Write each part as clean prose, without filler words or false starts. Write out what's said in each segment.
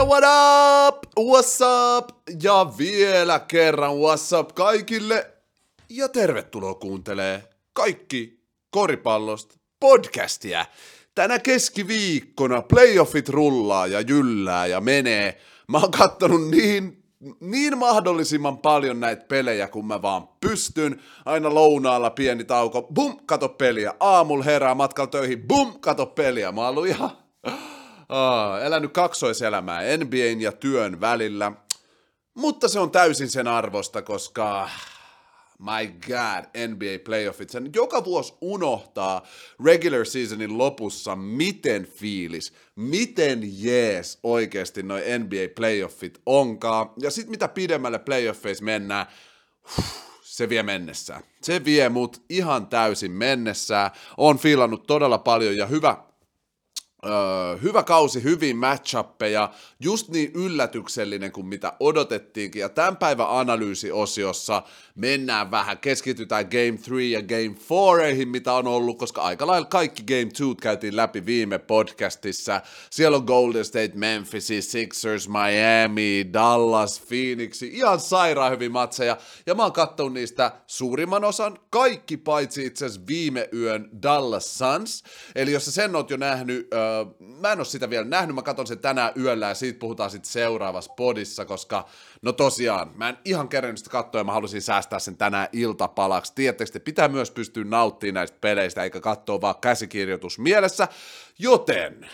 what up? What's up? Ja vielä kerran what's up kaikille. Ja tervetuloa kuuntelee kaikki koripallosta podcastia. Tänä keskiviikkona playoffit rullaa ja jyllää ja menee. Mä oon kattonut niin mahdollisimman paljon näitä pelejä, kun mä vaan pystyn. Aina lounaalla pieni tauko, bum, kato peliä. Aamulla herää matkalla töihin, bum, kato peliä. Mä oon ollut ihan elänyt kaksoiselämää NBA:n ja työn välillä. Mutta se on täysin sen arvosta, koska my god, NBA playoffit, sen joka vuosi unohtaa regular seasonin lopussa, miten fiilis, miten jees oikeasti noi NBA playoffit onkaan. Ja sit mitä pidemmälle playoffeissa mennään, se vie mennessään. Se vie mut ihan täysin mennessään. Oon fiilannut todella paljon ja hyvä kausi, hyviä match-uppeja, just niin yllätyksellinen kuin mitä odotettiinkin, ja tämän päivän analyysiosiossa mennään vähän, keskitytään Game 3 ja Game 4, mitä on ollut, koska aika lailla kaikki Game 2 käytiin läpi viime podcastissa. Siellä on Golden State, Memphis, Sixers, Miami, Dallas, Phoenix, ihan sairaan hyviä matseja, ja mä oon katsonut niistä suurimman osan, kaikki paitsi itse asiassa viime yön Dallas Suns, eli jos sä sen oot jo nähnyt, mä en oo sitä vielä nähnyt, mä katson sen tänään yöllä ja siitä puhutaan sitten seuraavassa podissa, koska no tosiaan, mä en ihan kerännyt sitä katsoa ja mä halusin säästää sen tänään iltapalaksi. Tiedättekö, että pitää myös pystyä nauttimaan näistä peleistä eikä katsoa vaan käsikirjoitus mielessä, joten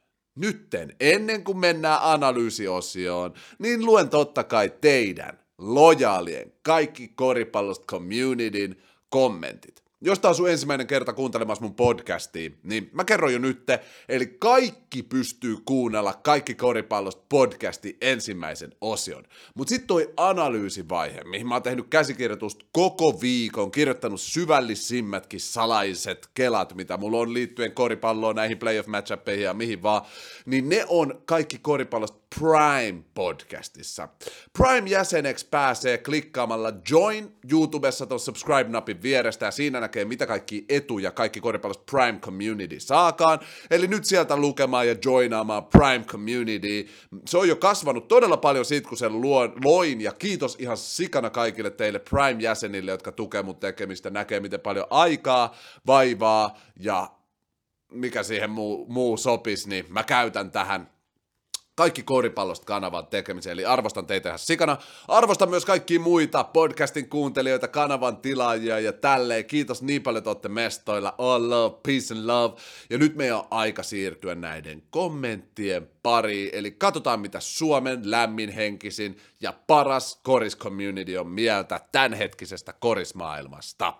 nytten ennen kuin mennään analyysiosioon, niin luen totta kai teidän lojaalien kaikki koripallosta communityn kommentit. Jos tää on sun ensimmäinen kerta kuuntelemassa mun podcastia, niin mä kerron jo nytte, eli kaikki pystyy kuunnella kaikki koripallosta podcastin ensimmäisen osion. Mut sit toi analyysivaihe, mihin mä oon tehnyt käsikirjoitusta koko viikon, kirjoittanut syvällisimmätkin salaiset kelat, mitä mulla on liittyen koripalloon, näihin playoff matchuppeihin ja mihin vaan, niin ne on kaikki koripallosta Prime-podcastissa. Prime-jäseneksi pääsee klikkaamalla Join YouTubessa tuon subscribe-napin vierestä, ja siinä näkee, mitä kaikki etuja kaikki koripallosta Prime Community saakaan. Eli nyt sieltä lukemaan ja joinaamaan Prime Community. Se on jo kasvanut todella paljon siitä, kun sen loin, ja kiitos ihan sikana kaikille teille Prime-jäsenille, jotka tukee mun tekemistä, näkee miten paljon aikaa, vaivaa ja mikä siihen muu sopisi, niin mä käytän tähän kaikki koripallosta kanavan tekemiseen, eli arvostan teitä ihan sikana. Arvostan myös kaikkia muita podcastin kuuntelijoita, kanavan tilaajia ja tälleen. Kiitos niin paljon, että olette mestoilla. All love, peace and love. Ja nyt meidän on aika siirtyä näiden kommenttien pariin, eli katsotaan mitä Suomen lämminhenkisin ja paras koris-community on mieltä tämänhetkisestä korismaailmasta.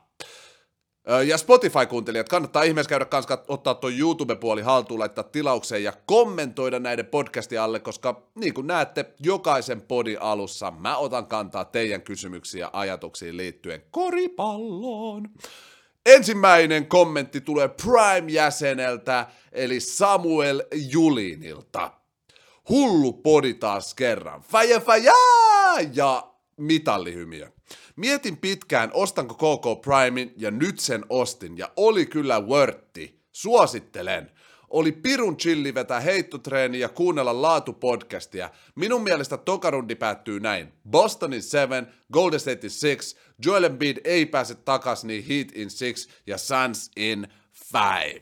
Ja Spotify-kuuntelijat, kannattaa ihmeessä käydä kanssa ottaa tuo YouTube-puoli haltuun, laittaa tilaukseen ja kommentoida näiden podcastin alle, koska niin kuin näette, jokaisen podin alussa mä otan kantaa teidän kysymyksiä ja ajatuksiin liittyen koripalloon. Ensimmäinen kommentti tulee Prime-jäseneltä, eli Samuel Julinilta. Hullu podi taas kerran. Fäjä ja mitallihymiö. Mietin pitkään, ostanko KK Primein, ja nyt sen ostin, ja oli kyllä worthi. Suosittelen. Oli pirun chilli vetää heittotreeni ja kuunnella laatupodcastia. Minun mielestä tokarundi päättyy näin. Bostonin 7, Golden State 6, Joel Embiid ei pääse takas, niin Heat in 6 ja Suns in 5.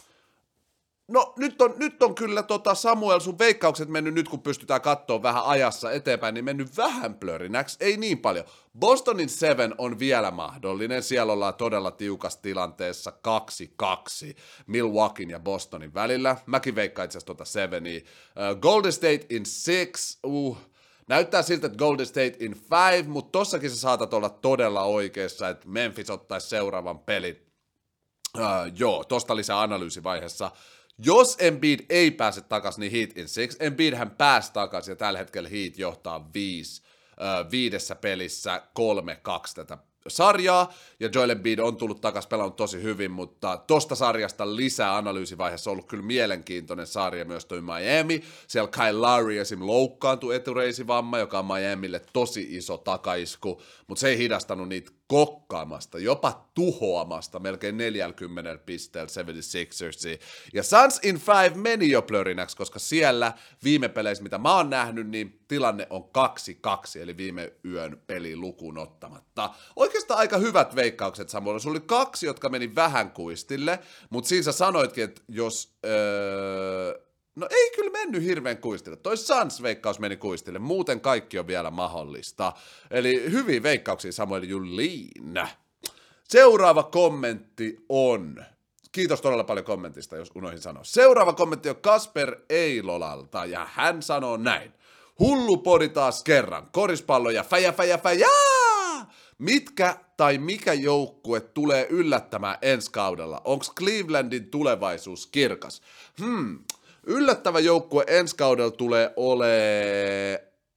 No nyt on kyllä Samuel, sun veikkaukset mennyt nyt, kun pystytään katsoa vähän ajassa eteenpäin, niin mennyt vähän plörinäksi, ei niin paljon. Bostonin 7 on vielä mahdollinen, siellä ollaan todella tiukassa tilanteessa 2-2 Milwaukeein ja Bostonin välillä. Mäkin veikkaan itse asiassa 7. Golden State in 6, näyttää siltä, että Golden State in 5, mutta tossakin sä saatat olla todella oikeassa, että Memphis ottaisi seuraavan pelin. Joo, tosta lisää analyysivaiheessa. Jos Embiid ei pääse takaisin, niin Heat in 6. Embiidhän pääsi takaisin ja tällä hetkellä Heat johtaa 5 pelissä 3-2 tätä sarjaa, ja Joel Embiid on tullut takaisin pelannut tosi hyvin, mutta tosta sarjasta lisää analyysivaiheessa on ollut kyllä mielenkiintoinen sarja myös toi Miami. Siellä Kyle Lowry esim. Loukkaantui etureisivamma, joka on Miamille tosi iso takaisku, mutta se ei hidastanut niitä kokkaamasta, jopa tuhoamasta melkein 40 pisteellä 76ersia. Ja Suns in 5 meni jo plörinäksi, koska siellä viime peleissä, mitä mä oon nähnyt, niin tilanne on 2-2, eli viime yön peli lukuun ottamatta. Oikeastaan aika hyvät veikkaukset Samuel. Sulla oli 2, jotka meni vähän kuistille, mutta siinä sä sanoitkin, että jos... No ei kyllä mennyt hirveän kuistille. Toi Suns-veikkaus meni kuistille. Muuten kaikki on vielä mahdollista. Eli hyviä veikkauksia Samuel Julin. Seuraava kommentti on... Kiitos todella paljon kommentista, jos unohin sanoa. Seuraava kommentti on Kasper Eilolalta, ja hän sanoo näin. Hullu podi taas kerran. Korispallo ja fäjä! Mitkä tai mikä joukkue tulee yllättämään ensi kaudella? Onks Clevelandin tulevaisuus kirkas? Yllättävä joukkue ensi kaudella tulee olemaan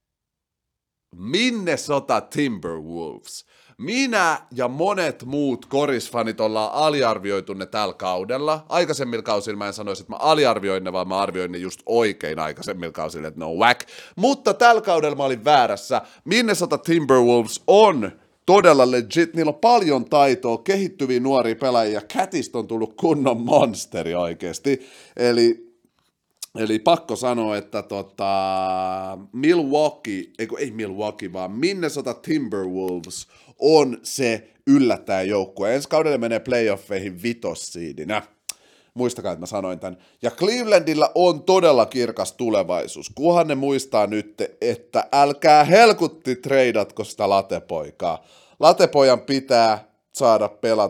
Minnesota Timberwolves. Minä ja monet muut korisfanit ollaan aliarvioitu ne tällä kaudella. Aikaisemmilla kausilla mä en sanoisi, että mä aliarvioin ne, vaan mä arvioin ne just oikein aikaisemmilla kausilla, että ne on whack. Mutta tällä kaudella mä olin väärässä. Minnesota Timberwolves on todella legit. Niillä on paljon taitoa, kehittyviä nuoria pelaajia. Catista on tullut kunnon monsteri oikeasti. Eli pakko sanoa, että Milwaukee, vaan Minnesota Timberwolves on se yllättäjäjoukkue. Ensi kaudella menee playoffeihin vitossiidinä. Muistakaa, että mä sanoin tämän. Ja Clevelandilla on todella kirkas tulevaisuus. Kunhan ne muistaa nyt, että älkää helkutti treidatko sitä latepoikaa. Latepojan pitää saada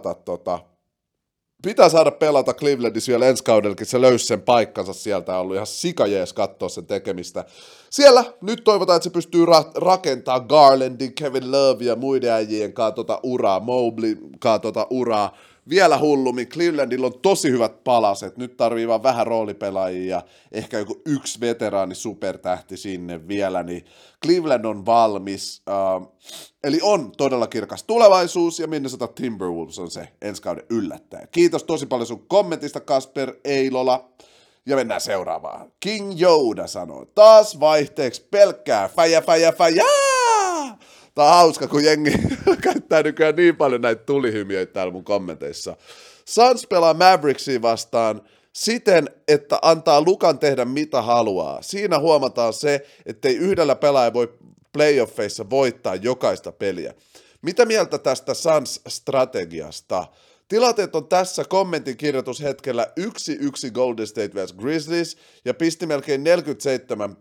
pelata Clevelandissa vielä ensi kaudellakin, se löysi sen paikkansa sieltä, on ollut ihan sikajees katsoa sen tekemistä. Siellä nyt toivotaan, että se pystyy rakentaa Garlandin, Kevin Love ja muiden äijien kanssa uraa, Mobley uraa. Vielä hullummin, Clevelandilla on tosi hyvät palaset, nyt tarvii vaan vähän roolipelaajia ja ehkä joku yksi veteraani supertähti sinne vielä, niin Cleveland on valmis. Eli on todella kirkas tulevaisuus ja Minnesota Timberwolves on se ensi kauden yllättäjä. Kiitos tosi paljon sun kommentista, Kasper Eilola. Ja mennään seuraavaan. King Yoda sanoo, taas vaihteeksi pelkkää fäjä! Tää on hauska, kun jengi käyttää nykyään niin paljon näitä tulihymiöitä täällä mun kommenteissa. Suns pelaa Mavericksiin vastaan siten, että antaa Lukan tehdä mitä haluaa. Siinä huomataan se, ettei yhdellä pelaaja voi playoffeissa voittaa jokaista peliä. Mitä mieltä tästä Suns-strategiasta? Tilanteet on tässä kommentin kirjoitushetkellä 1-1 Golden State vs Grizzlies ja pisti melkein 47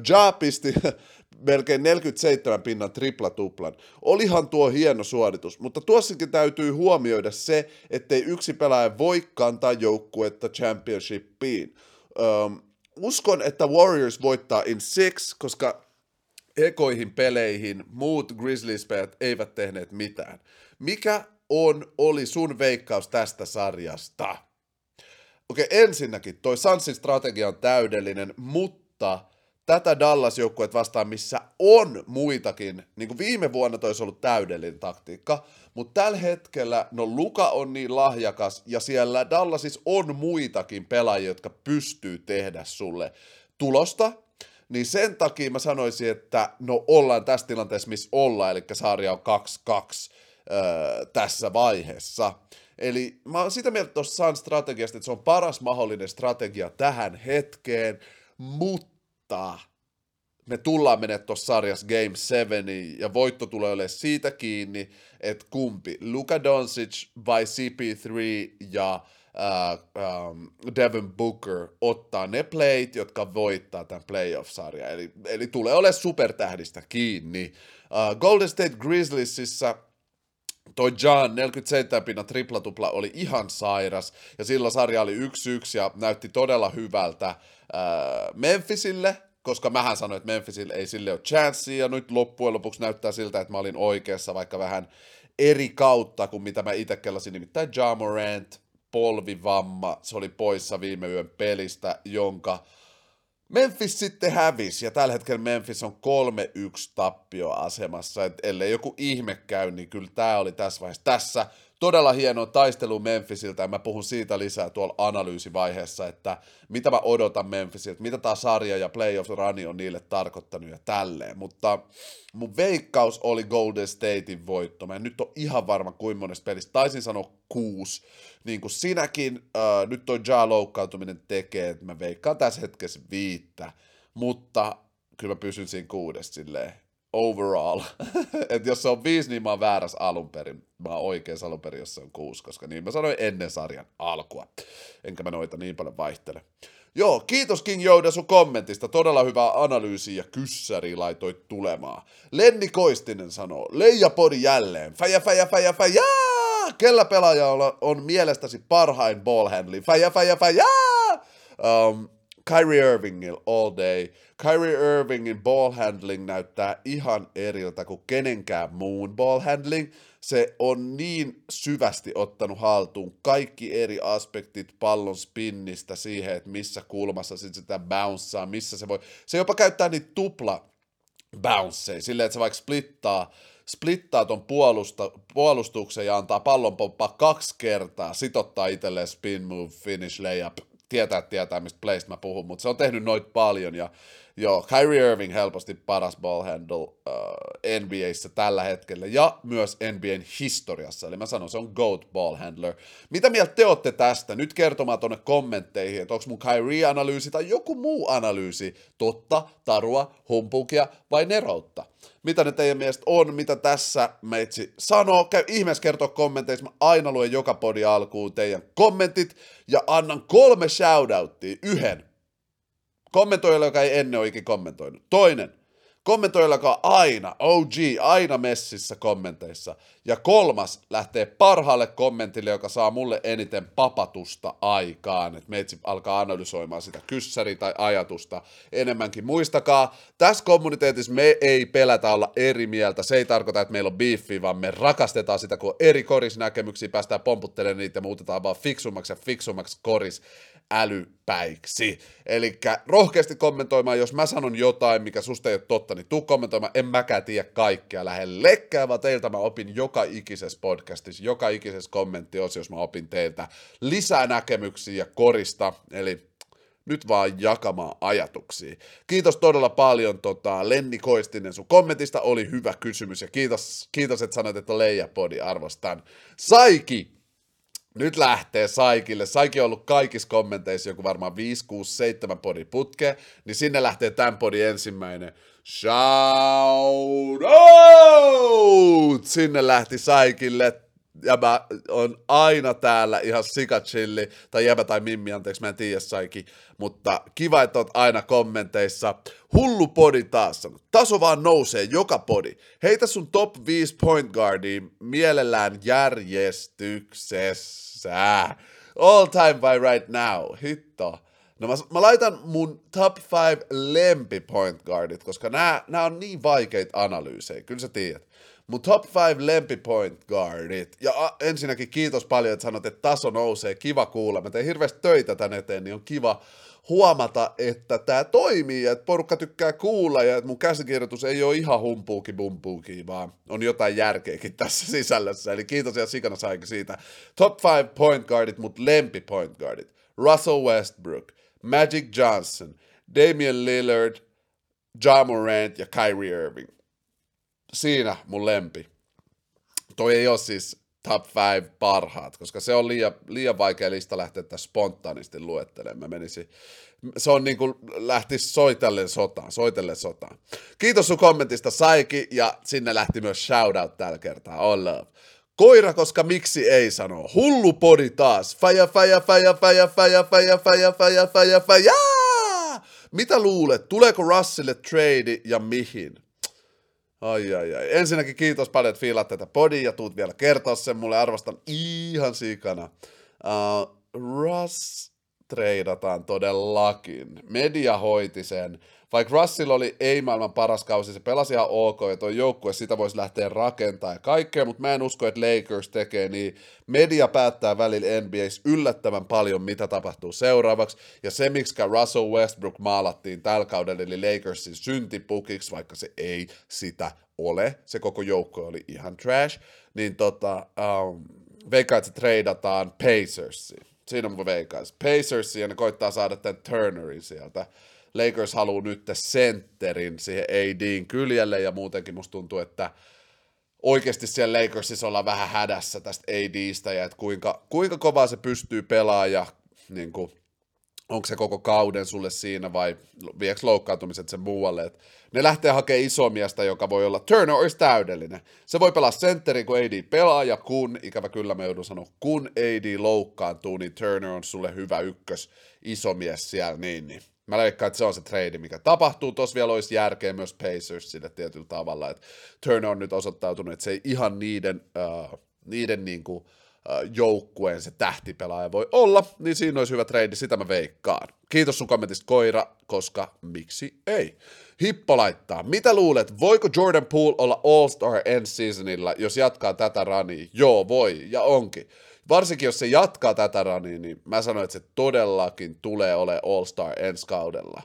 pinnan tripla-tuplan. Olihan tuo hieno suoritus, mutta tuossakin täytyy huomioida se, ettei yksi pelaaja voi kantaa joukkuetta championshipiin. Uskon, että Warriors voittaa in 6, koska ekoihin peleihin muut Grizzlies-pelaajat eivät tehneet mitään. Mikä oli sun veikkaus tästä sarjasta? Okei, ensinnäkin toi Sunsin strategia on täydellinen, mutta tätä Dallas-joukkueet vastaan, missä on muitakin, niin kuin viime vuonna toi olisi ollut täydellinen taktiikka, mutta tällä hetkellä, Luka on niin lahjakas, ja siellä Dallasissa on muitakin pelaajia, jotka pystyy tehdä sulle tulosta, niin sen takia mä sanoisin, että ollaan tässä tilanteessa, missä ollaan, eli sarja on 2-2 tässä vaiheessa. Eli mä oon sitä mieltä tuossa Sun strategiasta, että se on paras mahdollinen strategia tähän hetkeen, mutta me tullaan menemään tuossa sarjassa Game 7, ja voitto tulee olemaan siitä kiinni, että kumpi, Luka Doncic vai CP3 ja Devin Booker ottaa ne playt, jotka voittaa tämän playoff-sarjan. Eli tulee olemaan supertähdistä kiinni. Golden State Grizzliesissa toi John 47 pinnan triplatupla oli ihan sairas, ja silloin sarja oli 1-1 ja näytti todella hyvältä Memphisille, koska mähän sanoin, että Memphisille ei sille ole chanssiä, ja nyt loppujen lopuksi näyttää siltä, että mä olin oikeassa, vaikka vähän eri kautta kuin mitä mä itse kellasin, nimittäin Ja Morant, polvivamma, se oli poissa viime yön pelistä, jonka Memphis sitten hävisi, ja tällä hetkellä Memphis on 3-1 tappioasemassa, et ellei joku ihme käy, niin kyllä tämä oli tässä vaiheessa. Tässä todella hieno taistelu Memphisiltä, ja mä puhun siitä lisää tuolla analyysivaiheessa, että mitä mä odotan Memphisiltä, mitä tää sarja ja playoff run on niille tarkoittanut ja tälleen, mutta mun veikkaus oli Golden Statein voitto. Mä en nyt ole ihan varma kuinka monesta pelistä, taisin sanoa 6, niin kuin sinäkin, nyt toi loukkaantuminen tekee, että mä veikkaan tässä hetkessä 5, mutta kyllä mä pysyn siinä 6 silleen overall. Että jos se on 5, niin mä oon väärässä alun perin. Mä oon oikeassa alun perin, jos se on 6, koska niin mä sanoin ennen sarjan alkua. Enkä mä noita niin paljon vaihtele. Joo, kiitos King Yoda sun kommentista. Todella hyvää analyysiä ja kyssäriä laitoit tulemaan. Lenni Koistinen sanoo, leijapodi jälleen. Fäjä. Kellä pelaaja on mielestäsi parhain ballhandli? Fäjä. Kyrie Irvingil all day. Kyrie Irvingin ballhandling näyttää ihan eriltä kuin kenenkään muun ballhandling. Se on niin syvästi ottanut haltuun kaikki eri aspektit pallon spinnistä siihen, että missä kulmassa sitä bouncea, missä se voi. Se jopa käyttää niitä tupla bounceja, silleen, että se vaikka splittaa ton puolustuksen ja antaa pallon pomppaa 2 kertaa, sit ottaa itselleen spin move, finish, layup, tietää mistä playsta mä puhun, mutta se on tehnyt noit paljon, ja joo, Kyrie Irving helposti paras ball handle NBA:ssä tällä hetkellä, ja myös NBA:n historiassa, eli mä sanon, se on GOAT ball handler. Mitä mieltä te ootte tästä? Nyt kertomaan tonne kommentteihin, että onko mun Kyrie-analyysi tai joku muu analyysi totta, tarua, humpukia vai neroutta? Mitä ne teidän mielestä on, mitä tässä meitsi sanoo? Käy ihmeessä kertoa kommenteissa, mä aina luen joka podin alkuun teidän kommentit, ja annan 3 shoutouttia, 1 kommentoijalle, joka ei ennen ole ikin kommentoinut. 2 kommentoijalle, joka on aina, OG, aina messissä kommenteissa. Ja 3 lähtee parhaalle kommentille, joka saa mulle eniten papatusta aikaan. Että meitsi alkaa analysoimaan sitä kyssäriä tai ajatusta enemmänkin. Muistakaa, tässä kommuniteetissa me ei pelätä olla eri mieltä. Se ei tarkoita, että meillä on beefiä, vaan me rakastetaan sitä, kun on eri korisnäkemyksiä, päästään pomputtelemaan niitä ja muutetaan vaan fiksummaksi älypäiksi. Eli rohkeasti kommentoimaan, jos mä sanon jotain, mikä susta ei ole totta, niin tuu kommentoimaan, en mäkään tiedä kaikkea lähellekään, vaan teiltä mä opin joka ikisessä podcastissa, joka ikisessä kommenttiosiossa mä opin teiltä lisää näkemyksiä ja korista, eli nyt vaan jakamaan ajatuksia. Kiitos todella paljon Lenni Koistinen sun kommentista, oli hyvä kysymys, ja kiitos että sanoit, että leijapodi, arvostan. Saiki! Nyt lähtee Saikille. Saiki on ollut kaikissa kommenteissa joku varmaan 5, 6, 7 podin putke, niin sinne lähtee tämän podin ensimmäinen shout out! Sinne lähti Saikille. Jäbä on aina täällä ihan sikachilli, tai jäbä tai mimmi, anteeksi, mä en tiedä Saiki, mutta kiva, että oot aina kommenteissa. Hullu podi taas, taso vaan nousee joka podi. Heitä sun top 5 point guardia mielellään järjestyksessä. All time by right now, hitto. No mä laitan mun top 5 lempi point guardit, koska nää on niin vaikeita analyysejä, kyllä sä tiedät. Mun top 5 lempi point guardit. Ja ensinnäkin kiitos paljon, että sanot, että taso nousee. Kiva kuulla. Mä tein hirveästi töitä tän eteen, niin on kiva huomata, että tää toimii ja että porukka tykkää kuulla ja että mun käsikirjoitus ei ole ihan humpuuki, vaan on jotain järkeäkin tässä sisällössä. Eli kiitos ja sikana Saiki siitä. Top 5 point guardit, mut lempi point guardit. Russell Westbrook, Magic Johnson, Damian Lillard, Ja Morant ja Kyrie Irving. Siinä mun lempi. Toi ei ole siis top 5 parhaat, koska se on liian vaikea lista lähteä tässä spontaanisti luettelemaan. Se on niin kuin lähtisi soitellen sotaan. Kiitos sun kommentista Saiki, ja sinne lähti myös shoutout tällä kertaa. All love. Koira, koska miksi ei sano. Hullu podi taas. Faja. Mitä luulet, tuleeko Russille trade ja mihin? Ai. Ensinnäkin kiitos paljon, että fiilaat tätä podia ja tuut vielä kertoa sen mulle. Arvostan ihan sikana. treidataan todellakin. Media hoiti sen. Vaikka Russell oli ei-maailman paras kausi, se pelasi ihan ok, ja toi joukkue sitä voisi lähteä rakentamaan ja kaikkea, mutta mä en usko, että Lakers tekee niin. Media päättää välillä NBA:ssä yllättävän paljon, mitä tapahtuu seuraavaksi, ja se, miksi Russell Westbrook maalattiin tällä kaudella, eli Lakersin syntipukiksi, vaikka se ei sitä ole, se koko joukkue oli ihan trash, niin veikkaan, että se treidataan Pacersiin. Siinä on mun veikkaus. Pacersiin, ja ne koittaa saada tämän Turnerin sieltä. Lakers haluaa nyt sentterin siihen AD:n kyljelle, ja muutenkin musta tuntuu, että oikeasti siellä Lakersissa ollaan vähän hädässä tästä AD:stä, ja että kuinka kovaa se pystyy pelaamaan, ja niin kuin, onko se koko kauden sulle siinä, vai vieks loukkaantumiset sen muualle. Et ne lähtee hakemaan isomiestä, joka voi olla, Turner olisi täydellinen. Se voi pelaa sentterin, kun AD pelaa, ja ikävä kyllä mä joudun sanoa, kun AD loukkaantuu, niin Turner on sulle hyvä isomies siellä, niin. Mä leikkaan, että se on se trade, mikä tapahtuu. Tuossa vielä olisi järkeä myös Pacersille tietyllä tavalla, että Turner on nyt osoittautunut, että se ei ihan niiden niin kuin, joukkueen se tähtipelaaja voi olla, niin siinä olisi hyvä trade, sitä mä veikkaan. Kiitos sun kommentista, Koira, koska miksi ei? Hippo laittaa, mitä luulet, voiko Jordan Poole olla All-Star ensi seasonilla, jos jatkaa tätä runia? Joo, voi, ja onkin. Varsinkin jos se jatkaa tätä runia, niin mä sanoin, että se todellakin tulee olemaan All-Star ensi kaudella.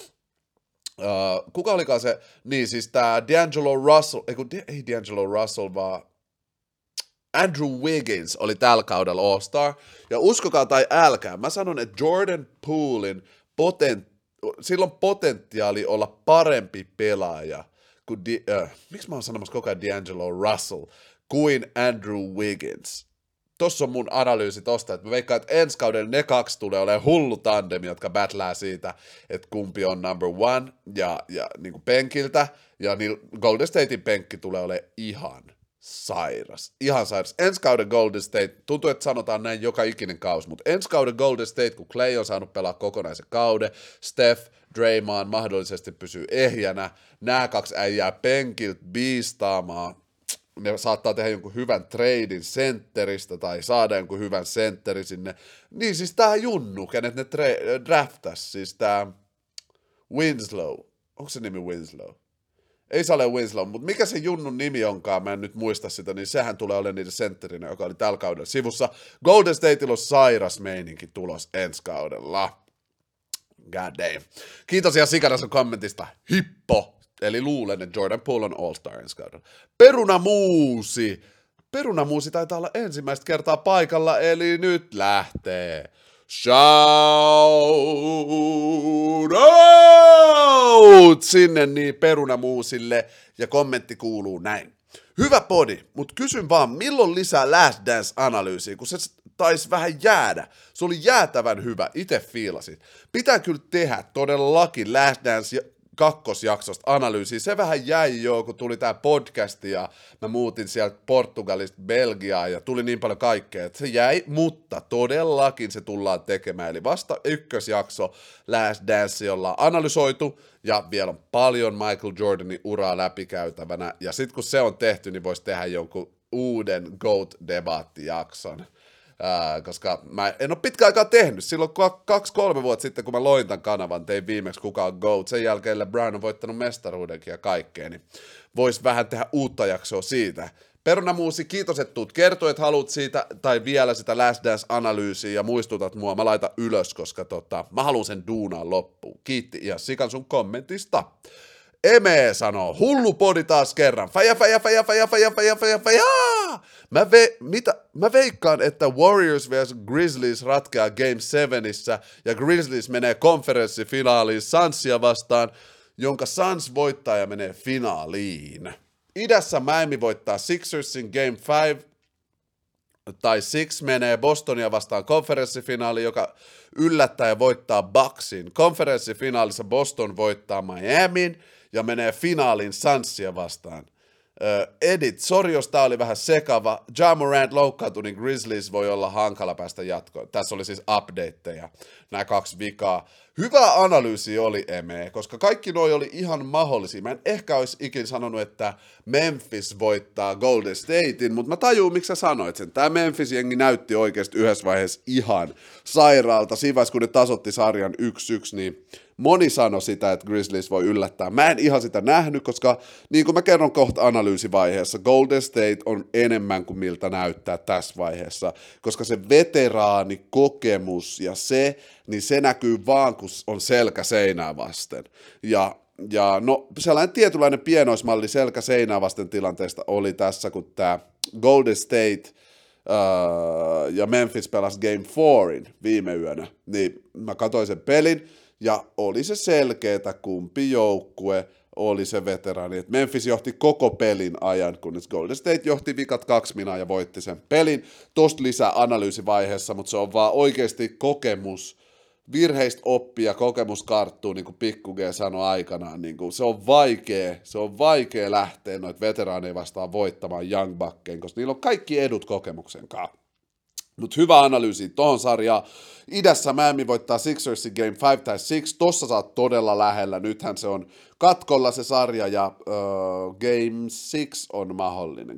Kuka olikaan se? Niin, siis tää D'Angelo Russell, ei D'Angelo Russell, vaan Andrew Wiggins oli tällä kaudella All-Star. Ja uskokaa tai älkää, mä sanon, että Jordan Poolein sillä on potentiaali olla parempi pelaaja kuin, miksi mä oon sanomassa koko ajan D'Angelo Russell, kuin Andrew Wiggins. Tossa on mun analyysi tosta, että mä veikkaan, että ensi kaudella ne kaksi tulee olemaan hullu tandemi, jotka battlää siitä, että kumpi on number one ja niin kuin penkiltä, ja niin Golden Statein penkki tulee olemaan ihan sairas. Ensi kauden Golden State, tuntuu, että sanotaan näin joka ikinen kausi, mutta ensi kauden Golden State, kun Clay on saanut pelaa kokonaisen kauden, Steph, Draymond mahdollisesti pysyy ehjänä, nämä kaksi äijää penkiltä biistaamaan, ne saattaa tehdä jonkun hyvän treidin sentteristä tai saada jonkun hyvän sentteri sinne, niin siis tää junnu, kenet ne draftas, siis tää Winslow, onko se nimi Winslow? Ei se ole Winslow, mutta mikä se junnun nimi onkaan, mä en nyt muista sitä, niin sehän tulee olemaan niiden sentterinä, joka oli tällä kaudella sivussa. Golden Stateilla on sairas meininki tulos ensi kaudella. God damn. Kiitos ihan sikana sun kommentista. Hippo. Eli luulen, että Jordan Poole on All-Star ensi kaudella. Perunamuusi. Perunamuusi taitaa olla ensimmäistä kertaa paikalla, eli nyt lähtee. Shout out sinne niin Perunamuusille, ja kommentti kuuluu näin. Hyvä podi, mutta kysyn vaan, milloin lisää Last Dance-analyysiä, kun se taisi vähän jäädä. Se oli jäätävän hyvä, itse fiilasin. Pitää kyllä tehdä todellakin Last Dance kakkosjaksosta analyysiä. Se vähän jäi jo, kun tuli tää podcast ja mä muutin sieltä Portugalista Belgiaan ja tuli niin paljon kaikkea, että se jäi, mutta todellakin se tullaan tekemään. Eli vasta ykkösjakso Last Dance ollaan analysoitu ja vielä on paljon Michael Jordanin uraa läpikäytävänä, ja sit kun se on tehty, niin voisi tehdä jonkun uuden GOAT-debaattijakson. Koska mä en ole pitkä aikaa tehnyt. Silloin 2-3 vuotta sitten, kun mä loin tämän kanavan, tein viimeksi kuka on GOAT. Sen jälkeen LeBron on voittanut mestaruudenkin ja kaikkea, niin vois vähän tehdä uutta jaksoa siitä. Perunamuusi, kiitos, että tuut kertoa, että haluat siitä, tai vielä sitä Last Dance-analyysiä, ja muistutat mua, mä laitan ylös, koska mä haluan sen duunaan loppuun. Kiitti ihan sikan sun kommentista. Eme sanoo, hullu podi taas kerran. Faja. Mä veikkaan, että Warriors vs Grizzlies ratkeaa Game 7:issä, ja Grizzlies menee konferenssifinaaliin Sunsia vastaan, jonka Suns voittaa ja menee finaaliin. Idässä Miami voittaa Sixersin Game 5, tai Six menee Bostonia vastaan konferenssifinaaliin, joka yllättää ja voittaa Bucksin. Konferenssifinaalissa Boston voittaa Miamin ja menee finaaliin Sunsia vastaan. Edit, sori jos tää oli vähän sekava. Ja Morant loukkaantui, niin Grizzlies voi olla hankala päästä jatkoon. Tässä oli siis updateja, nämä 2 vikaa. Hyvä analyysi oli, Eme, koska kaikki noi oli ihan mahdollisia. Mä en ehkä olisi ikin sanonut, että Memphis voittaa Golden Statein, mutta mä tajuun, miksi sä sanoit sen. Tää Memphis-jengi näytti oikeasti yhdessä vaiheessa ihan sairaalta. Siinä vaiheessa, kun ne tasotti sarjan 1-1, niin moni sanoi sitä, että Grizzlies voi yllättää. Mä en ihan sitä nähnyt, koska niin kuin mä kerron kohta analyysivaiheessa, Golden State on enemmän kuin miltä näyttää tässä vaiheessa, koska se veteraanikokemus ja se, niin se näkyy vaan, kun on selkä seinää vasten. Ja no sellainen tietynlainen pienoismalli selkä seinää vasten tilanteesta oli tässä, kun tämä Golden State ja Memphis pelasi Game 4 viime yönä, niin mä katsoin sen pelin, ja oli se selkeetä, kumpi joukkue oli se veteraani. Et Memphis johti koko pelin ajan, kunnes Golden State johti vikat 2 minaa ja voitti sen pelin. Tosta lisää analyysivaiheessa, mutta se on vaan oikeasti kokemus, virheistä oppia, kokemus karttuu, niin kuin Pikku G sanoi aikanaan. Niin kuin se on vaikea lähteä noita veteraaneja vastaan voittamaan Young Buckeen, koska niillä on kaikki edut kokemuksen kanssa. Mutta hyvä analyysi tohon sarjaan. Idässä Miami voittaa Sixersin Game 5 tai 6. Tossa sä oot todella lähellä. Nythän se on katkolla se sarja ja Game 6 on mahdollinen.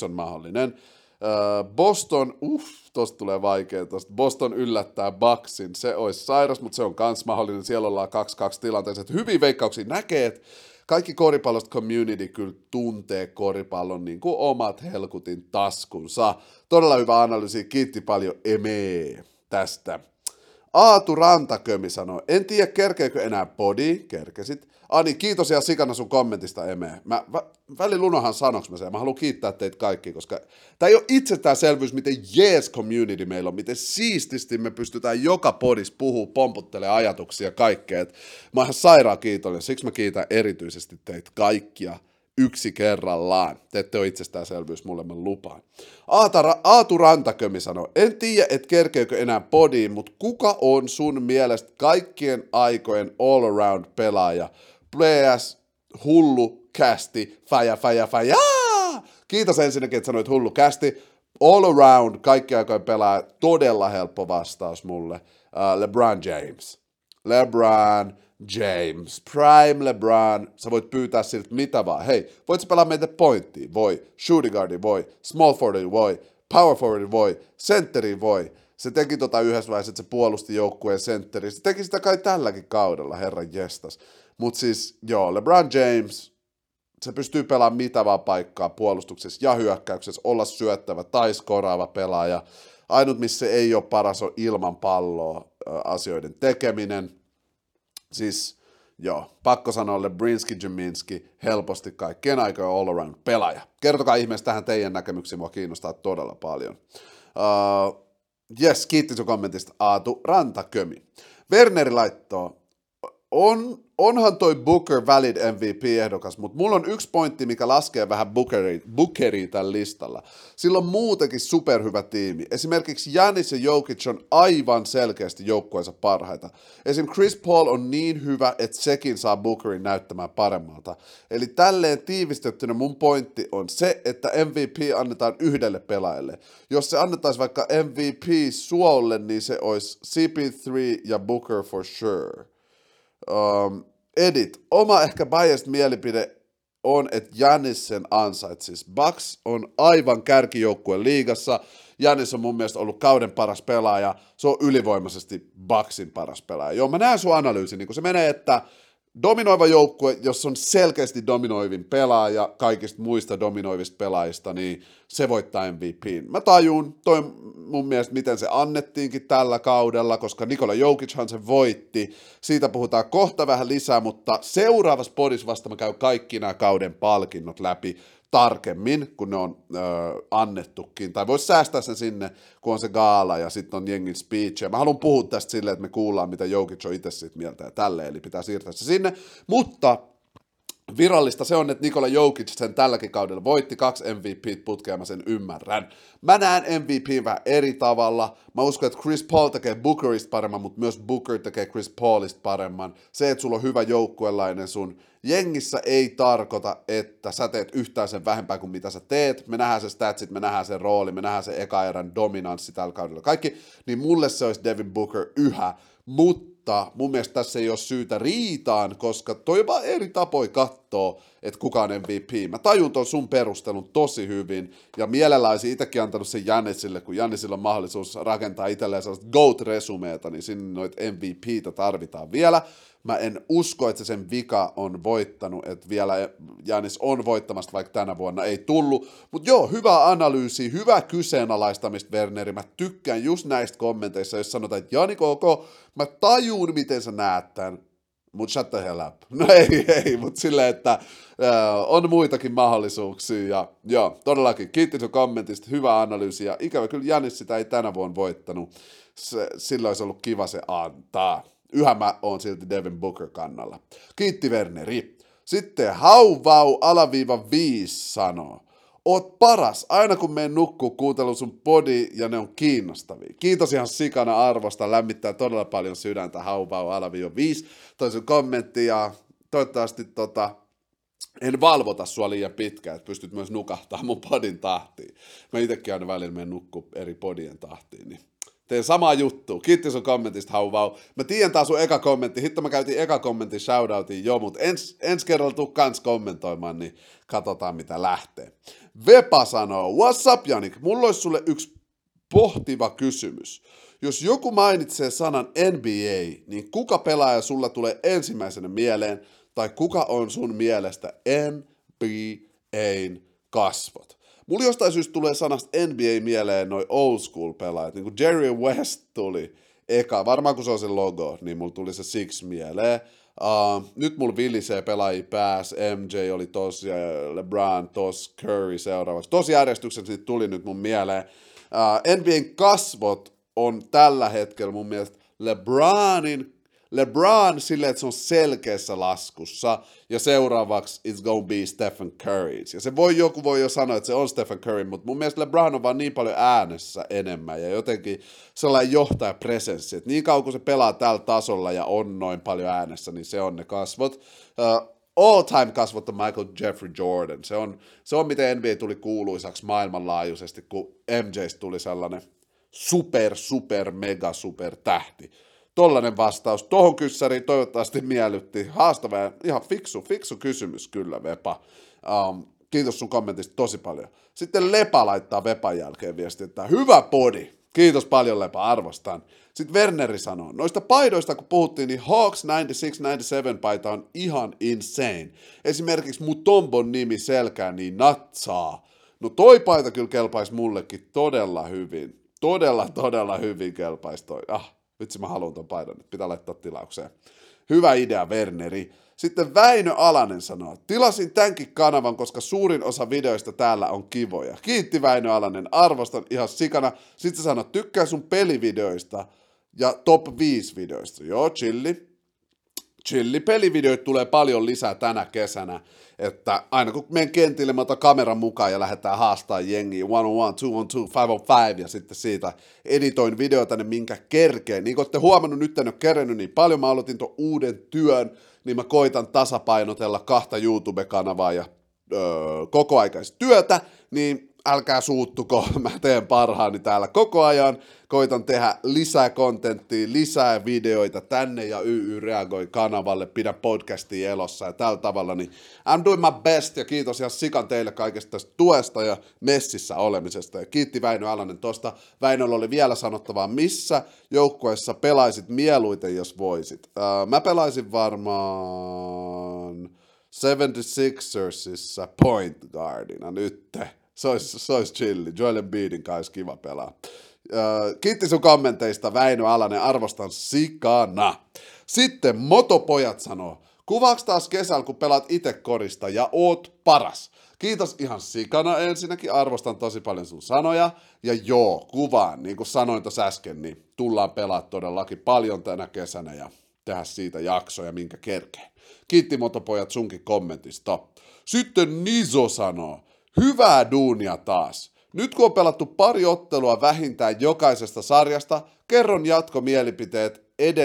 Boston, tosta tulee vaikea tosta. Boston yllättää Bucksin. Se olisi sairas, mutta se on kans mahdollinen. Siellä ollaan 2-2 tilanteessa. Hyviä veikkauksia näkee, että kaikki koripallosta community kyllä tuntee koripallon niin kuin omat helkutin taskunsa. Todella hyvä analyysi, kiitti paljon Eme tästä. Aatu Rantakömi sanoi, en tiedä kerkeekö enää podi, kerkesit. Ani, kiitos ihan sikana sun kommentista, Eme. Välillä unohan sanoks mä sen, mä haluan kiittää teitä kaikki, koska tää ei ole itsestäänselvyys, miten jees community meillä on, miten siististi me pystytään joka podis puhuu, pomputtelemaan ajatuksia ja kaikkea. Mä oon ihan sairaan kiitollinen, siksi mä kiitän erityisesti teitä kaikkia yksi kerrallaan. Te ette ole itsestäänselvyys, mulle mä lupaan. Aatu Rantakömi sanoi, en tiedä, et kerkeekö enää podiin, mutta kuka on sun mielestä kaikkien aikojen all-around pelaaja? PS, hullu, kästi, fäjä. Kiitos ensinnäkin, että sanoit hullu kästi. All around, kaikkien aikojen pelaaja, todella helppo vastaus mulle. LeBron James. Prime LeBron, sä voit pyytää siltä mitä vaan. Hei, voit sä pelaa meitä pointtiin? Voi. Shooting guardia? Voi. Small forward? Voi. Power forward? Voi. Centeri? Voi. Se teki yhdessä vaiheessa, että se puolusti joukkueen sentteri. Se teki sitä kai tälläkin kaudella, herran jestas. Mut siis, joo, LeBron James, se pystyy pelaamaan mitä vaan paikkaa puolustuksessa ja hyökkäyksessä, olla syöttävä tai skoraava pelaaja. Ainut, missä se ei ole paras, on ilman palloa asioiden tekeminen. Siis, joo, pakko sanoa Lebrinski Jaminski, helposti kaikkien aikojen all-around pelaaja. Kertokaa ihmeessä tähän teidän näkemyksiä, mua kiinnostaa todella paljon. Yes, kiitti sun kommentista, Aatu Rantakömi. Werneri laittoo, onhan toi Booker valid MVP-ehdokas, mutta mulla on yksi pointti, mikä laskee vähän Bookeria tällä listalla. Sillä on muutenkin superhyvä tiimi. Esimerkiksi Giannis ja Jokic on aivan selkeästi joukkueensa parhaita. Esim. Chris Paul on niin hyvä, että sekin saa Bookerin näyttämään paremmalta. Eli tälleen tiivistettynä mun pointti on se, että MVP annetaan yhdelle pelaajalle. Jos se annettaisiin vaikka MVP Suolle, niin se olisi CP3 ja Booker for sure. Edit. Oma ehkä biased mielipide on, että Giannis sen ansaitsisi. Bucks on aivan kärkijoukkue liigassa. Giannis on mun mielestä ollut kauden paras pelaaja. Se on ylivoimaisesti Bucksin paras pelaaja. Joo, mä näen sun analyysin. Niin kun se menee, että dominoiva joukkue, jos on selkeästi dominoivin pelaaja kaikista muista dominoivista pelaajista, niin se voittaa MVPn. Mä tajun, toi mun mielestä miten se annettiinkin tällä kaudella, koska Nikola Jokichan se voitti. Siitä puhutaan kohta vähän lisää, mutta seuraavassa podissa vasta mä käyn kaikki nämä kauden palkinnot läpi tarkemmin, kun ne on annettukin. Tai voisi säästää sen sinne, kun on se gaala ja sitten on jengin speech. Ja mä haluan puhua tästä silleen, että me kuullaan, mitä Jokic on itse siitä mieltä ja tälleen, eli pitää siirtää se sinne. Mutta virallista se on, että Nikola Jokic sen tälläkin kaudella voitti 2 MVPt putkea, mä sen ymmärrän. Mä näen MVP vähän eri tavalla. Mä uskon, että Chris Paul tekee Bookerista paremman, mutta myös Booker tekee Chris Paulista paremman. Se, että sulla on hyvä joukkuelainen sun jengissä ei tarkoita, että sä teet yhtään sen vähempää kuin mitä sä teet. Me nähdään se statsit, me nähdään se rooli, me nähdään se eka erän dominanssi tällä kaudella. Kaikki, niin mulle se olisi Devin Booker yhä, mutta mutta mun mielestä tässä ei ole syytä riitaan, koska toi on vaan eri tapoja kattoo, että kuka on MVP. Mä tajun ton sun perustelun tosi hyvin, ja mielellään olisin itsekin antanut sen Giannisille, kun Giannisilla on mahdollisuus rakentaa itselleen sellaista GOAT-resumeeta, niin sinne noita MVPtä tarvitaan vielä. Mä en usko, että se sen vika on voittanut, että vielä Giannis on voittamassa, vaikka tänä vuonna ei tullut. Mutta joo, hyvä analyysi, hyvä kyseenalaistamista, Werneri. Mä tykkään just näistä kommenteissa, jos sanotaan, että Jani KK, mä tajuun, miten sä näet tämän, mutta shut the hell up. No ei, mutta silleen, että on muitakin mahdollisuuksia. Ja joo, todellakin, kiitos sun kommentista, hyvä analyysi. Ja ikävä kyllä Giannis sitä ei tänä vuonna voittanut. Sillä olisi ollut kiva se antaa. Yhä mä oon silti Devin Booker kannalla. Kiitti Werneri. Sitten Hauvau-5 sanoo. Oot paras, aina kun menen nukkuu kuuntelu sun podi ja ne on kiinnostavia. Kiitos ihan sikana arvosta, lämmittää todella paljon sydäntä Hauvau-5. Toi sun kommentti ja toivottavasti en valvota sua liian pitkään, että pystyt myös nukahtamaan mun podin tahtiin. Mä itekin aina välillä menen nukkuu eri podien tahtiin, niin teen samaa juttua. Kiitti sun kommentista, Hauvau. Mä tiedän taas sun eka kommentti. Hitto mä käytin eka kommentin shoutoutiin jo, mutta ensi kerralla tuu kans kommentoimaan, niin katsotaan mitä lähtee. Vepa sanoo, what's up Janik? Mulla olisi sulle yksi pohtiva kysymys. Jos joku mainitsee sanan NBA, niin kuka pelaaja sulla tulee ensimmäisenä mieleen, tai kuka on sun mielestä NBAn kasvot? Mulla jostain syystä tulee sanasta NBA mieleen noi old school pelaajat, niin kuin Jerry West tuli eka, varmaan kun se on se logo, niin mulla tuli se Six mieleen. Nyt mulla vilisee pelaajia pääs, MJ oli tossa, LeBron tossa, Curry seuraavaksi. Tosi järjestyksessä siitä tuli nyt mun mieleen. NBAn kasvot on tällä hetkellä mun mielestä LeBron silleen, että se on selkeässä laskussa, ja seuraavaksi it's gonna be Stephen Curry. Ja se joku voi jo sanoa, että se on Stephen Curry, mutta mun mielestä LeBron on vaan niin paljon äänessä enemmän, ja jotenkin sellainen johtajapresenssi, että niin kauan kun se pelaa tällä tasolla ja on noin paljon äänessä, niin se on ne kasvot. All-time kasvot on Michael Jeffrey Jordan. Se on miten NBA tuli kuuluisaksi maailmanlaajuisesti, kun MJstä tuli sellainen super, mega, super tähti. Tollainen vastaus. Tohon kyssäriin toivottavasti miellytti. Haastava ja ihan fiksu kysymys kyllä, Vepa. Kiitos sun kommentista tosi paljon. Sitten Lepa laittaa Vepan jälkeen viesti, että hyvä podi. Kiitos paljon Lepa, arvostan. Sitten Werneri sanoo, noista paidoista kun puhuttiin, niin Hawks 96-97 paita on ihan insane. Esimerkiksi Mutombon nimi selkään niin natsaa. No toi paita kyllä kelpaisi mullekin todella hyvin. Todella hyvin kelpaisi toi. Vitsi mä haluan ton paidan, nyt pitää laittaa tilaukseen. Hyvä idea, Werneri. Sitten Väinö Alanen sanoo, tilasin tämänkin kanavan, koska suurin osa videoista täällä on kivoja. Kiitti Väinö Alanen, arvostan ihan sikana. Sitten sä sanot, tykkää sun pelivideoista ja top 5 videoista. Joo, chilli. Pelivideoita tulee paljon lisää tänä kesänä, että aina kun menen kentille, mä otan kameran mukaan ja lähdetään haastaa jengiä 1-on-1, 2-on-2, 5-on-5 ja sitten siitä editoin videoita, minkä kerkeen. Niin kuin olette huomannut, nyt en ole kerennyt niin paljon, mä aloitin tuon uuden työn, niin mä koitan tasapainotella 2 YouTube-kanavaa ja kokoaikaista työtä, niin älkää suuttuko, mä teen parhaani täällä koko ajan, koitan tehdä lisää kontenttia, lisää videoita tänne ja YY reagoi kanavalle, pidä podcastia elossa ja tällä tavalla, niin I'm doing my best ja kiitos ihan sikan teille kaikesta tästä tuesta ja messissä olemisesta ja kiitti Väinö Alanen tosta. Väinöllä oli vielä sanottavaa, missä joukkueessa pelaisit mieluiten, jos voisit. Mä pelaisin varmaan 76ersissa point guardina nytte. Se olisi chilli. Joel Embiidin kanssa kiva pelaa. Kiitti sun kommenteista, Väinö Alanen, arvostan sikana. Sitten Motopojat sanoo, kuvaaks taas kesällä, kun pelaat itse korista ja oot paras. Kiitos ihan sikana ensinnäkin, arvostan tosi paljon sun sanoja. Ja joo, kuvaan, niin kuin sanoin tuossa äsken, niin tullaan pelaa todellakin paljon tänä kesänä ja tehdä siitä jaksoja, minkä kerkeen. Kiitti Motopojat sunkin kommentista. Sitten Niso sanoo, hyvää duunia taas. Nyt kun on pelattu pari ottelua vähintään jokaisesta sarjasta, kerron jatkomielipiteet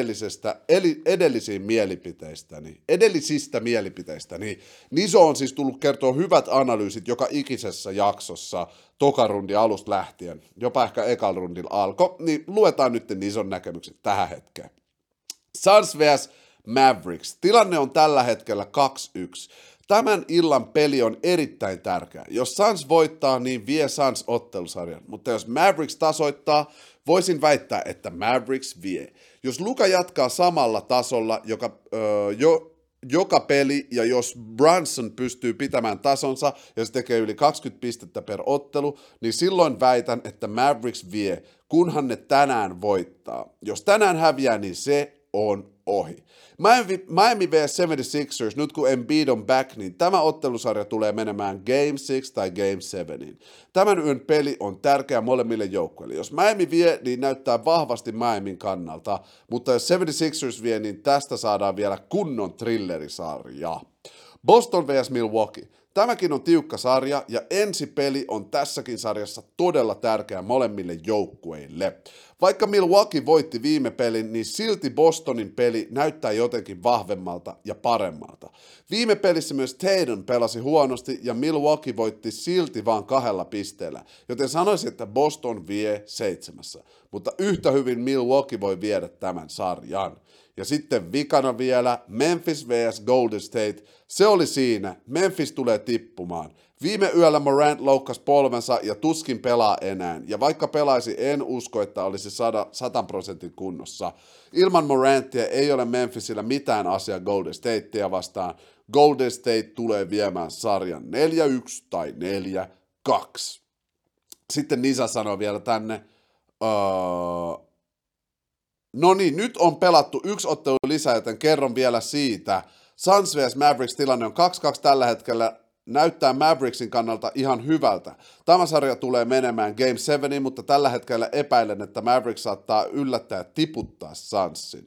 edellisistä mielipiteistäni. Niso on siis tullut kertoa hyvät analyysit joka ikisessä jaksossa tokarundin alusta lähtien, jopa ehkä ekan rundin alkoi, niin luetaan nyt Nison näkemykset tähän hetkeen. Suns vs Mavericks. Tilanne on tällä hetkellä 2-1. Tämän illan peli on erittäin tärkeä. Jos Suns voittaa, niin vie Suns ottelusarjan. Mutta jos Mavericks tasoittaa, voisin väittää, että Mavericks vie. Jos Luka jatkaa samalla tasolla joka peli, ja jos Brunson pystyy pitämään tasonsa ja se tekee yli 20 pistettä per ottelu, niin silloin väitän, että Mavericks vie, kunhan ne tänään voittaa. Jos tänään häviää, niin se on ohi. Miami vs 76ers, nyt kun Embiid on back, niin tämä ottelusarja tulee menemään Game 6 tai Game 7. Tämän yön peli on tärkeä molemmille joukkueille. Jos Miami vie, niin näyttää vahvasti Miamin kannalta, mutta jos 76ers vie, niin tästä saadaan vielä kunnon thrillerisarja. Boston vs Milwaukee. Tämäkin on tiukka sarja, ja ensi peli on tässäkin sarjassa todella tärkeä molemmille joukkueille. Vaikka Milwaukee voitti viime pelin, niin silti Bostonin peli näyttää jotenkin vahvemmalta ja paremmalta. Viime pelissä myös Tatum pelasi huonosti, ja Milwaukee voitti silti vain 2 pisteellä, joten sanoisin, että Boston vie 7. Mutta yhtä hyvin Milwaukee voi viedä tämän sarjan. Ja sitten vikana vielä Memphis vs Golden State. Se oli siinä. Memphis tulee tippumaan. Viime yöllä Morant loukkasi polvensa ja tuskin pelaa enää. Ja vaikka pelaisi, en usko, että olisi 100% kunnossa. Ilman Morantia ei ole Memphisillä mitään asiaa Golden Statea vastaan. Golden State tulee viemään sarjan 4-1 tai 4-2. Sitten Nisa sanoi vielä tänne. No niin, nyt on pelattu 1 ottelu lisää, joten kerron vielä siitä. Suns vs Mavericks tilanne on 2-2 tällä hetkellä. Näyttää Mavericksin kannalta ihan hyvältä. Tämä sarja tulee menemään Game 7, mutta tällä hetkellä epäilen, että Mavericks saattaa yllättää ja tiputtaa Sunsin.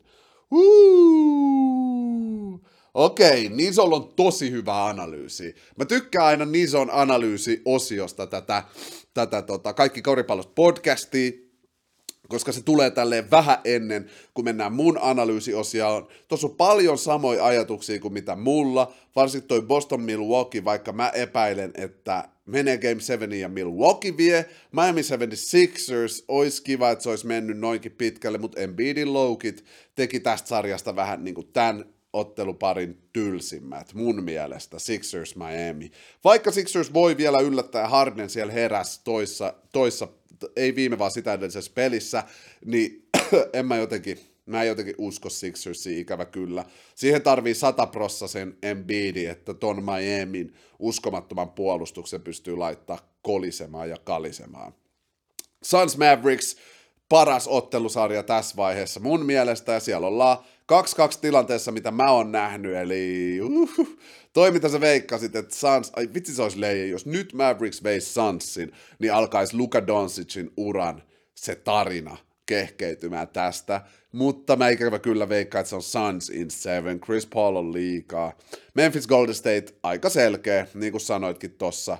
Okei, Nisolla on tosi hyvä analyysi. Mä tykkään aina Nison analyysi-osiosta tätä Kaikki koripallosta podcastia, koska se tulee tälleen vähän ennen, kun mennään mun analyysiosioon. Tuossa on paljon samoja ajatuksia kuin mitä mulla, varsinkin toi Boston Milwaukee, vaikka mä epäilen, että menee Game 7 ja Milwaukee vie. Miami 76ers, olisi kiva, että se olisi mennyt noinkin pitkälle, mutta Embiidin loukit teki tästä sarjasta vähän niin kuin tämän otteluparin tylsimmät, mun mielestä, Sixers Miami. Vaikka Sixers voi vielä yllättää, Harden siellä heräsi toissa ei viime vaan sitä edellisessä pelissä, niin mä en jotenkin usko Sixersiin, ikävä kyllä. Siihen tarvii 100% sen Embiidin, että ton Miamin uskomattoman puolustuksen pystyy laittaa kolisemaan ja kalisemaan. Suns Mavericks, paras ottelusarja tässä vaiheessa mun mielestä, ja siellä ollaan 2-2 tilanteessa, mitä mä oon nähnyt, eli toi mitä sä veikkasit, että Suns, ai vitsi se olisi leijä, jos nyt Mavericks veisi Sunsin, niin alkaisi Luka Doncicin uran se tarina kehkeytymään tästä, mutta mä ikävä kyllä veikkaan, että se on Suns in 7, Chris Paul on liikaa. Memphis Golden State, aika selkeä, niin kuin sanoitkin tossa.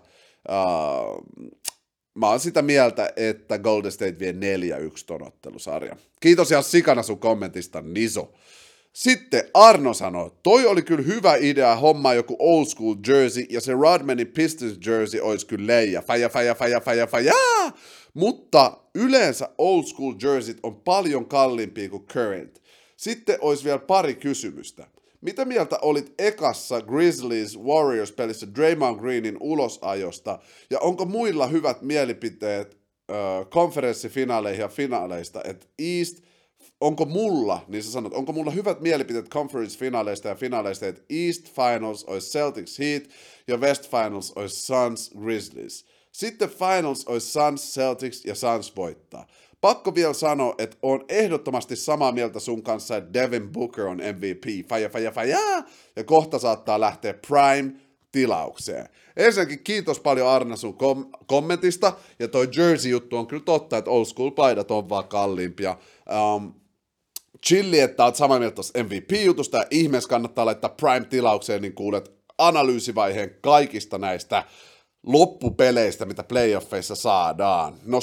Mä oon sitä mieltä, että Golden State vie 4-1 ton ottelusarja. Kiitos ihan sikana sun kommentista, Niso. Sitten Arno sanoo, toi oli kyllä hyvä idea hommaa joku old school jersey, ja se Rodmanin Pistons jersey olisi kyllä leija. Faja. Mutta yleensä old school jerseyt on paljon kalliimpia kuin current. Sitten olisi vielä pari kysymystä. Mitä mieltä olit ekassa Grizzlies Warriors-pelissä Draymond Greenin ulosajosta, ja onko muilla hyvät mielipiteet konferenssifinaaleihin ja finaaleista, että East, onko mulla, niin sä sanot, onko mulla hyvät mielipiteet conference-finaaleista ja finaaleista, että East Finals olisi Celtics Heat ja West Finals olisi Suns Grizzlies. Sitten Finals olisi Suns Celtics ja Suns voittaa. Pakko vielä sanoa, että on ehdottomasti samaa mieltä sun kanssa, että Devin Booker on MVP. Faja. Ja kohta saattaa lähteä Prime-tilaukseen. Ensinnäkin kiitos paljon Arna sun kommentista. Ja toi jersey-juttu on kyllä totta, että old school-paidat on vaan kalliimpia. Chilli, että oot samaa mieltä tuossa MVP-jutusta. Ja ihmeessä kannattaa laittaa Prime-tilaukseen, niin kuulet analyysivaiheen kaikista näistä loppupeleistä, mitä playoffeissa saadaan. No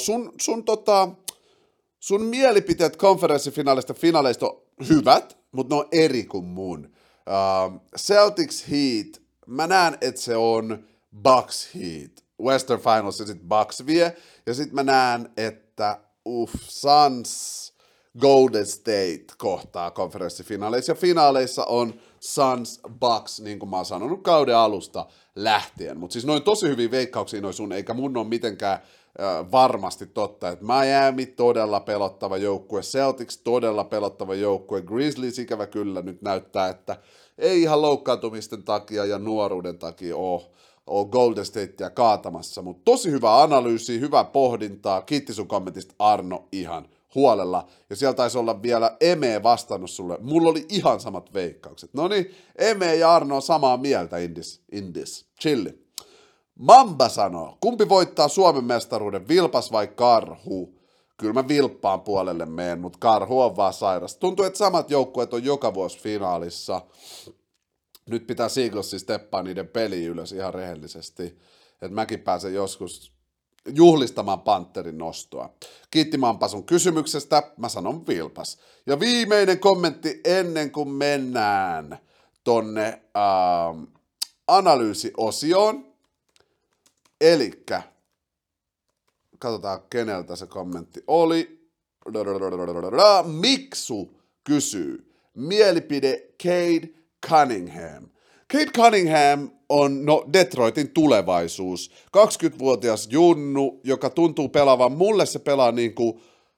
sun mielipiteet konferenssifinaalista finaaleista on hyvät, mutta ne on eri kuin mun. Celtics Heat, mä näen, että se on Bucks Heat. Western Finals ja sitten Bucks vie. Ja sitten mä näen, että Suns Golden State kohtaa konferenssifinaaleissa, ja finaaleissa on Suns Bucks, niin kuin mä oon sanonut kauden alusta lähtien. Mutta siis noin tosi hyviä veikkauksia noin sun, eikä mun ole mitenkään varmasti totta, että Miami todella pelottava joukkue, Celtics todella pelottava joukkue, Grizzlies ikävä kyllä nyt näyttää, että ei ihan loukkaantumisten takia ja nuoruuden takia ole Golden Statea kaatamassa, mutta tosi hyvä analyysi, hyvä pohdintaa, kiitti sun kommentista Arno ihan huolella, ja siellä taisi olla vielä Eme vastannut sulle, mulla oli ihan samat veikkaukset, no niin, Eme ja Arno on samaa mieltä, Indis, chilli. Mamba sanoo, kumpi voittaa Suomen mestaruuden, Vilpas vai Karhu? Kyllä mä Vilppaan puolelle meen, mutta Karhu on vaan sairas. Tuntuu, että samat joukkueet on joka vuosi finaalissa. Nyt pitää Seaglessin steppaa niiden peli ylös ihan rehellisesti. Että mäkin pääsen joskus juhlistamaan Panterin nostoa. Kiitti Mampa sun kysymyksestä, mä sanon Vilpas. Ja viimeinen kommentti ennen kuin mennään tonne analyysiosioon. Elikkä, katsotaan keneltä se kommentti oli. Miksu kysyy, mielipide Cade Cunningham. Cade Cunningham on Detroitin tulevaisuus. 20-vuotias junnu, joka tuntuu pelaavan, mulle se pelaa niinku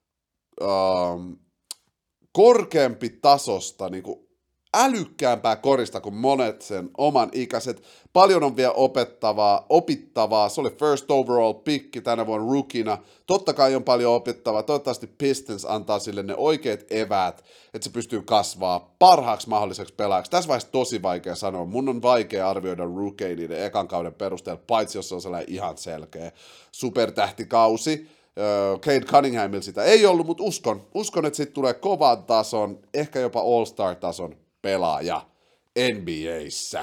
korkeampi tasosta, niinku älykkäämpää korista kuin monet sen oman ikäiset. Paljon on vielä opittavaa. Se oli first overall pick tänä vuonna rookina. Totta kai on paljon opittavaa. Toivottavasti Pistons antaa sille ne oikeat eväät, että se pystyy kasvaa parhaaksi mahdolliseksi pelaajaksi. Tässä vaiheessa tosi vaikea sanoa. Mun on vaikea arvioida rookie niiden ekan kauden perusteella, paitsi jos se on sellainen ihan selkeä supertähtikausi. Cade Cunninghamilla sitä ei ollut, mutta uskon, että siitä tulee kovan tason, ehkä jopa all-star-tason pelaaja NBA:ssä.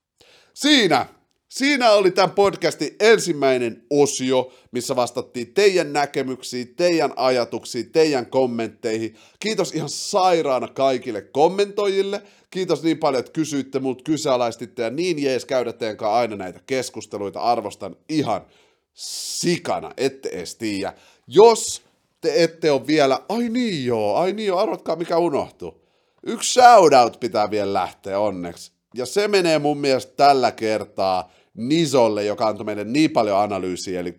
Siinä oli tämän podcastin ensimmäinen osio, missä vastattiin teidän näkemyksiin, teidän ajatuksiin, teidän kommentteihin. Kiitos ihan sairaana kaikille kommentoijille. Kiitos niin paljon, että kysyitte multa, kyseenalaistitte ja niin jees käydä teidän kanssa aina näitä keskusteluita. Arvostan ihan sikana, ette edes tiedä. Jos te ette ole vielä, ai niin joo, arvatkaa mikä unohtuu. Yksi shoutout pitää vielä lähteä onneksi. Ja se menee mun mielestä tällä kertaa Nisolle, joka antoi meille niin paljon analyysiä, eli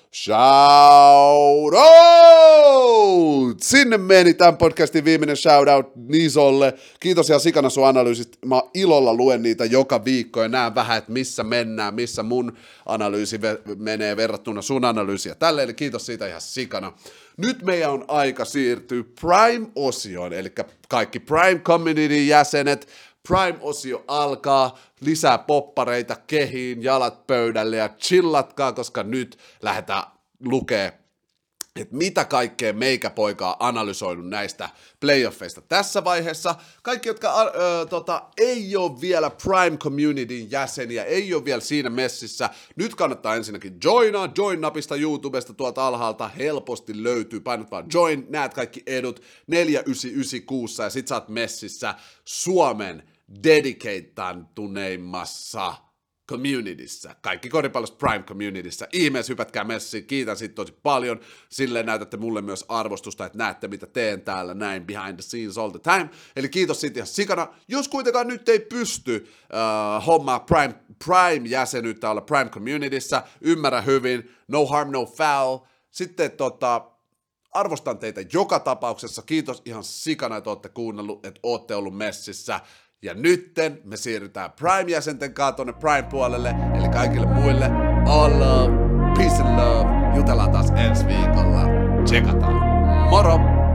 shoutout! Sinne meni tämän podcastin viimeinen shoutout Nisolle. Kiitos ihan sikana sun analyysistä. Mä ilolla luen niitä joka viikko ja näen vähän, että missä mennään, missä mun analyysi menee verrattuna sun analyysiä. Tälle, eli kiitos siitä ihan sikana. Nyt meidän on aika siirtyä Prime-osioon, eli kaikki Prime Community jäsenet. Prime-osio alkaa, lisää poppareita kehiin, jalat pöydälle ja chillatkaa, koska nyt lähdetään lukee, että mitä kaikkea meikäpoika on analysoinut näistä playoffeista tässä vaiheessa. Kaikki, jotka ei ole vielä Prime Communityn jäseniä, ei ole vielä siinä messissä, nyt kannattaa ensinnäkin joinaa, join-napista YouTubesta tuolta alhaalta, helposti löytyy, painat vaan join, näet kaikki edut, 4,996 ja sit sä oot messissä Suomen dedicateantuneimmassa communityssä, kaikki koripallosta Prime Communityssä. Ihmeessä hypätkää messiin, kiitän siitä tosi paljon. Silleen näytätte mulle myös arvostusta, että näette mitä teen täällä näin behind the scenes all the time. Eli kiitos siitä ihan sikana. Jos kuitenkaan nyt ei pysty hommaa Prime-jäsenyyttä olla Prime Communityssä, ymmärrä hyvin, no harm, no foul. Sitten arvostan teitä joka tapauksessa. Kiitos ihan sikana, että olette kuunnellut, että olette ollut messissä. Ja nytten me siirrytään Prime-jäsenten kanssa tonne Prime-puolelle, eli kaikille muille all love, peace and love, jutellaan taas ensi viikolla, tsekataan, moro!